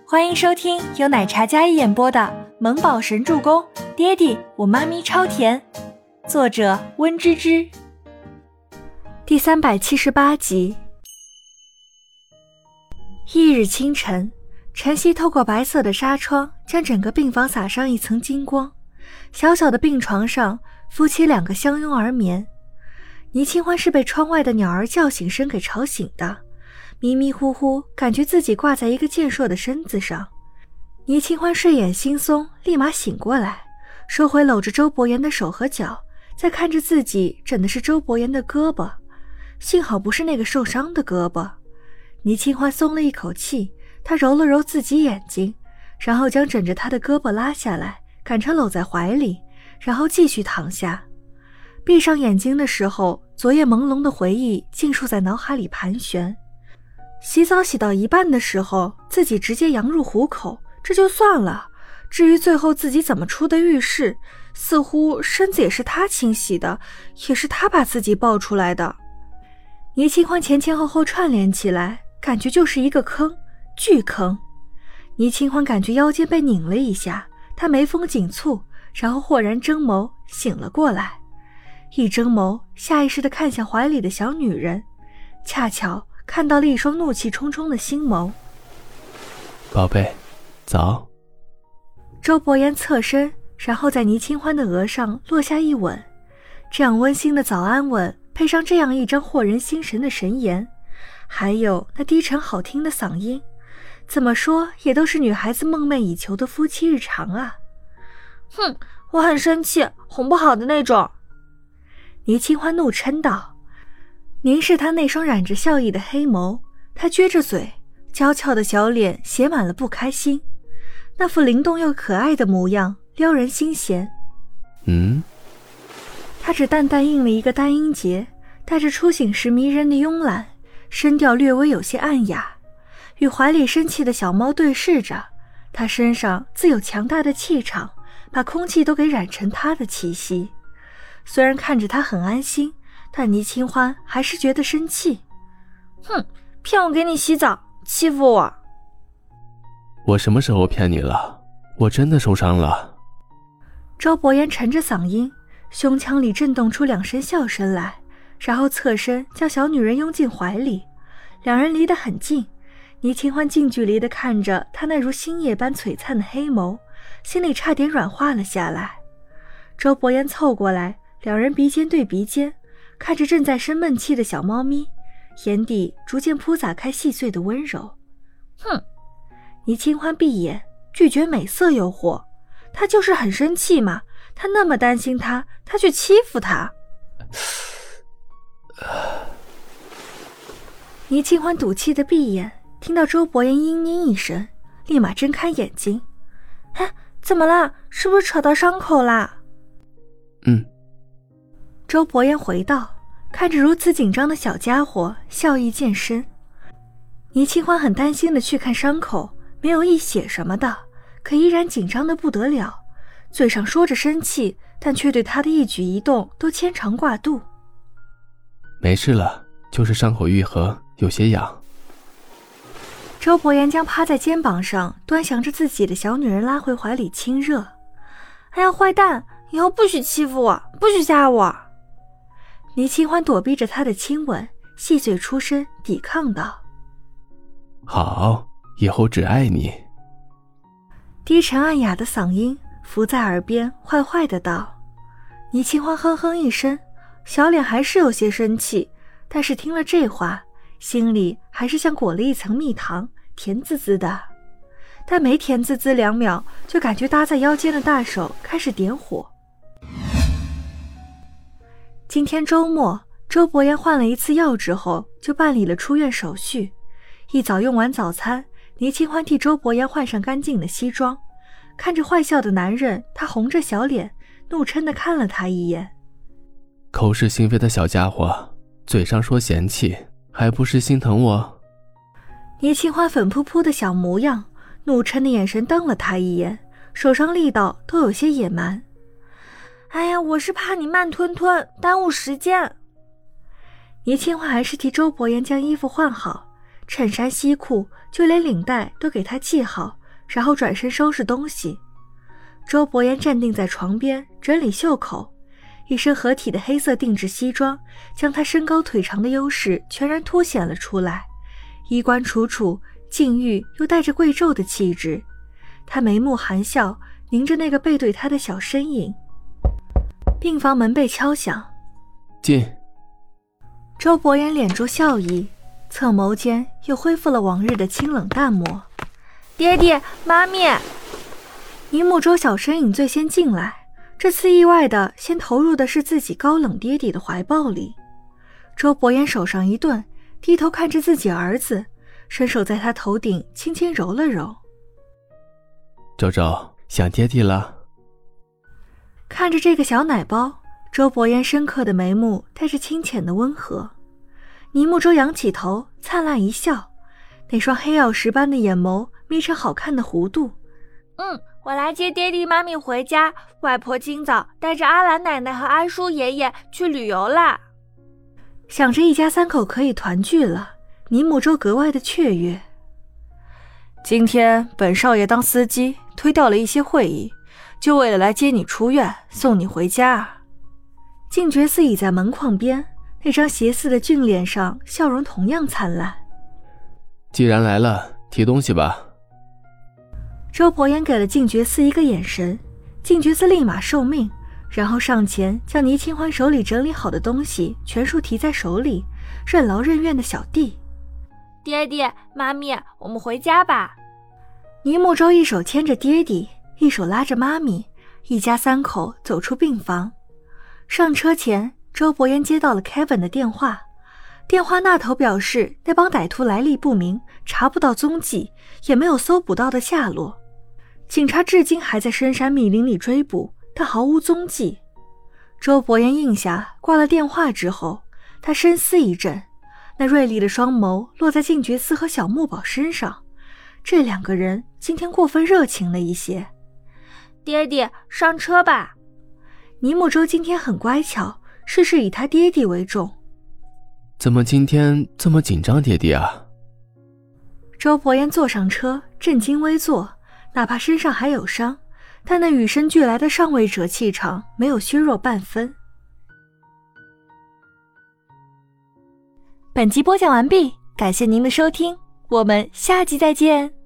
欢迎收听由奶茶嘉一演播的《萌宝神助攻》，爹地我妈咪超甜，作者温芝芝。第378集。翌日清晨，晨曦透过白色的纱窗，将整个病房洒上一层金光。小小的病床上，夫妻两个相拥而眠。倪清欢是被窗外的鸟儿叫醒声给吵醒的，迷迷糊糊感觉自己挂在一个健硕的身子上。倪清欢睡眼惺忪，立马醒过来，收回搂着周伯言的手和脚，再看着自己枕的是周伯言的胳膊，幸好不是那个受伤的胳膊。倪清欢松了一口气，她揉了揉自己眼睛，然后将枕着她的胳膊拉下来，赶成搂在怀里，然后继续躺下。闭上眼睛的时候，昨夜朦胧的回忆尽数在脑海里盘旋。洗澡洗到一半的时候，自己直接羊入虎口，这就算了。至于最后自己怎么出的浴室，似乎身子也是他清洗的，也是他把自己抱出来的。倪清欢前前后后串联起来，感觉就是一个坑，巨坑。倪清欢感觉腰间被拧了一下，她眉峰紧蹙，然后豁然睁眸醒了过来。一睁眸，下意识地看向怀里的小女人，恰巧看到了一双怒气冲冲的星眸。 宝贝，早。 周伯言侧身，然后在倪清欢的额上落下一吻。这样温馨的早安吻，配上这样一张惑人心神的神颜，还有那低沉好听的嗓音，怎么说也都是女孩子梦寐以求的夫妻日常啊。哼，我很生气，哄不好的那种。倪清欢怒嗔道，凝视他那双染着笑意的黑眸，他撅着嘴，娇俏的小脸写满了不开心，那副灵动又可爱的模样撩人心弦。他只淡淡应了一个单音节，带着初醒时迷人的慵懒，声调略微有些暗哑，与怀里生气的小猫对视着，他身上自有强大的气场，把空气都给染成他的气息。虽然看着他很安心，但倪清欢还是觉得生气。哼，骗我给你洗澡，欺负我。 我什么时候骗你了？我真的受伤了。 周伯言沉着嗓音，胸腔里震动出两声笑声来，然后侧身将小女人拥进怀里，两人离得很近。倪清欢近距离地看着他那如星夜般璀璨的黑眸，心里差点软化了下来。周伯言凑过来，两人鼻尖对鼻尖，看着正在生闷气的小猫咪，眼底逐渐铺洒开细碎的温柔。哼！倪清欢闭眼，拒绝美色诱惑。他就是很生气嘛，他那么担心他，他却欺负他。倪清欢赌气的闭眼，听到周伯言嘤嘤一声，立马睁开眼睛。哎，怎么啦？是不是扯到伤口啦？周伯言回道，看着如此紧张的小家伙，笑意渐深。倪清欢很担心的去看伤口，没有溢血什么的，可依然紧张的不得了，嘴上说着生气，但却对他的一举一动都牵肠挂肚。 没事了，就是伤口愈合，有些痒。 周伯言将趴在肩膀上端详着自己的小女人拉回怀里亲热。哎呀，坏蛋，以后不许欺负我，不许吓我。倪清欢躲避着他的亲吻，细嘴出声抵抗道。 好，以后只爱你。 低沉暗哑的嗓音浮在耳边，坏坏的道。倪清欢哼哼一声，小脸还是有些生气，但是听了这话，心里还是像裹了一层蜜糖，甜滋滋的。但没甜滋滋2秒，就感觉搭在腰间的大手开始点火。今天周末，周伯言换了一次药之后，就办理了出院手续。一早用完早餐，倪清欢替周伯言换上干净的西装，看着坏笑的男人，他红着小脸，怒嗔地看了他一眼。 口是心非的小家伙，嘴上说嫌弃，还不是心疼我？ 倪清欢粉扑扑的小模样，怒嗔的眼神瞪了他一眼，手上力道都有些野蛮。哎呀，我是怕你慢吞吞，耽误时间。倪清欢还是替周伯言将衣服换好， 衬衫、西裤，就连领带都给他系好，然后转身收拾东西。周伯言站定在床边整理袖口，一身合体的黑色定制西装将他身高腿长的优势全然凸显了出来，衣冠楚楚，禁欲又带着贵胄的气质。他眉目含笑，凝着那个背对他的小身影。病房门被敲响， 进。 周伯言敛住笑意，侧眸间又恢复了往日的清冷淡漠。 爹爹，妈咪！ 倪木舟小身影最先进来，这次意外的先投入的是自己高冷爹地的怀抱里。周伯言手上一顿，低头看着自己儿子，伸手在他头顶轻轻揉了揉。 周周，想爹地了？ 看着这个小奶包，周伯言深刻的眉目带着清浅的温和。倪木舟仰起头，灿烂一笑，那双黑曜石般的眼眸眯成好看的弧度。 我来接爹地妈咪回家，外婆今早带着阿兰奶奶和阿叔爷爷去旅游啦。 想着一家三口可以团聚了，倪木舟格外的雀跃。今天本少爷当司机推掉了一些会议，就为了来接你出院，送你回家。静觉寺倚在门框边，那张邪似的俊脸上笑容同样灿烂。 既然来了，提东西吧。 周伯言给了静觉寺一个眼神，静觉寺立马受命，然后上前将倪清欢手里整理好的东西全数提在手里，任劳任怨的小弟。 爹爹妈咪，我们回家吧。 倪木舟一手牵着爹地，一手拉着妈咪，一家三口走出病房。上车前，周伯言接到了 Kevin 的电话，电话那头表示那帮歹徒来历不明，查不到踪迹，也没有搜捕到的下落。警察至今还在深山密林里追捕，但毫无踪迹。周伯言应下挂了电话之后，他深思一阵，那锐利的双眸落在静觉寺和小木宝身上，这两个人今天过分热情了一些。 爹爹，上车吧。 倪木舟今天很乖巧，事事以他爹地为重。 怎么今天这么紧张，爹地啊？ 周伯言坐上车，正襟危坐，哪怕身上还有伤，但那与生俱来的上位者气场没有削弱半分。本集播讲完毕，感谢您的收听，我们下集再见。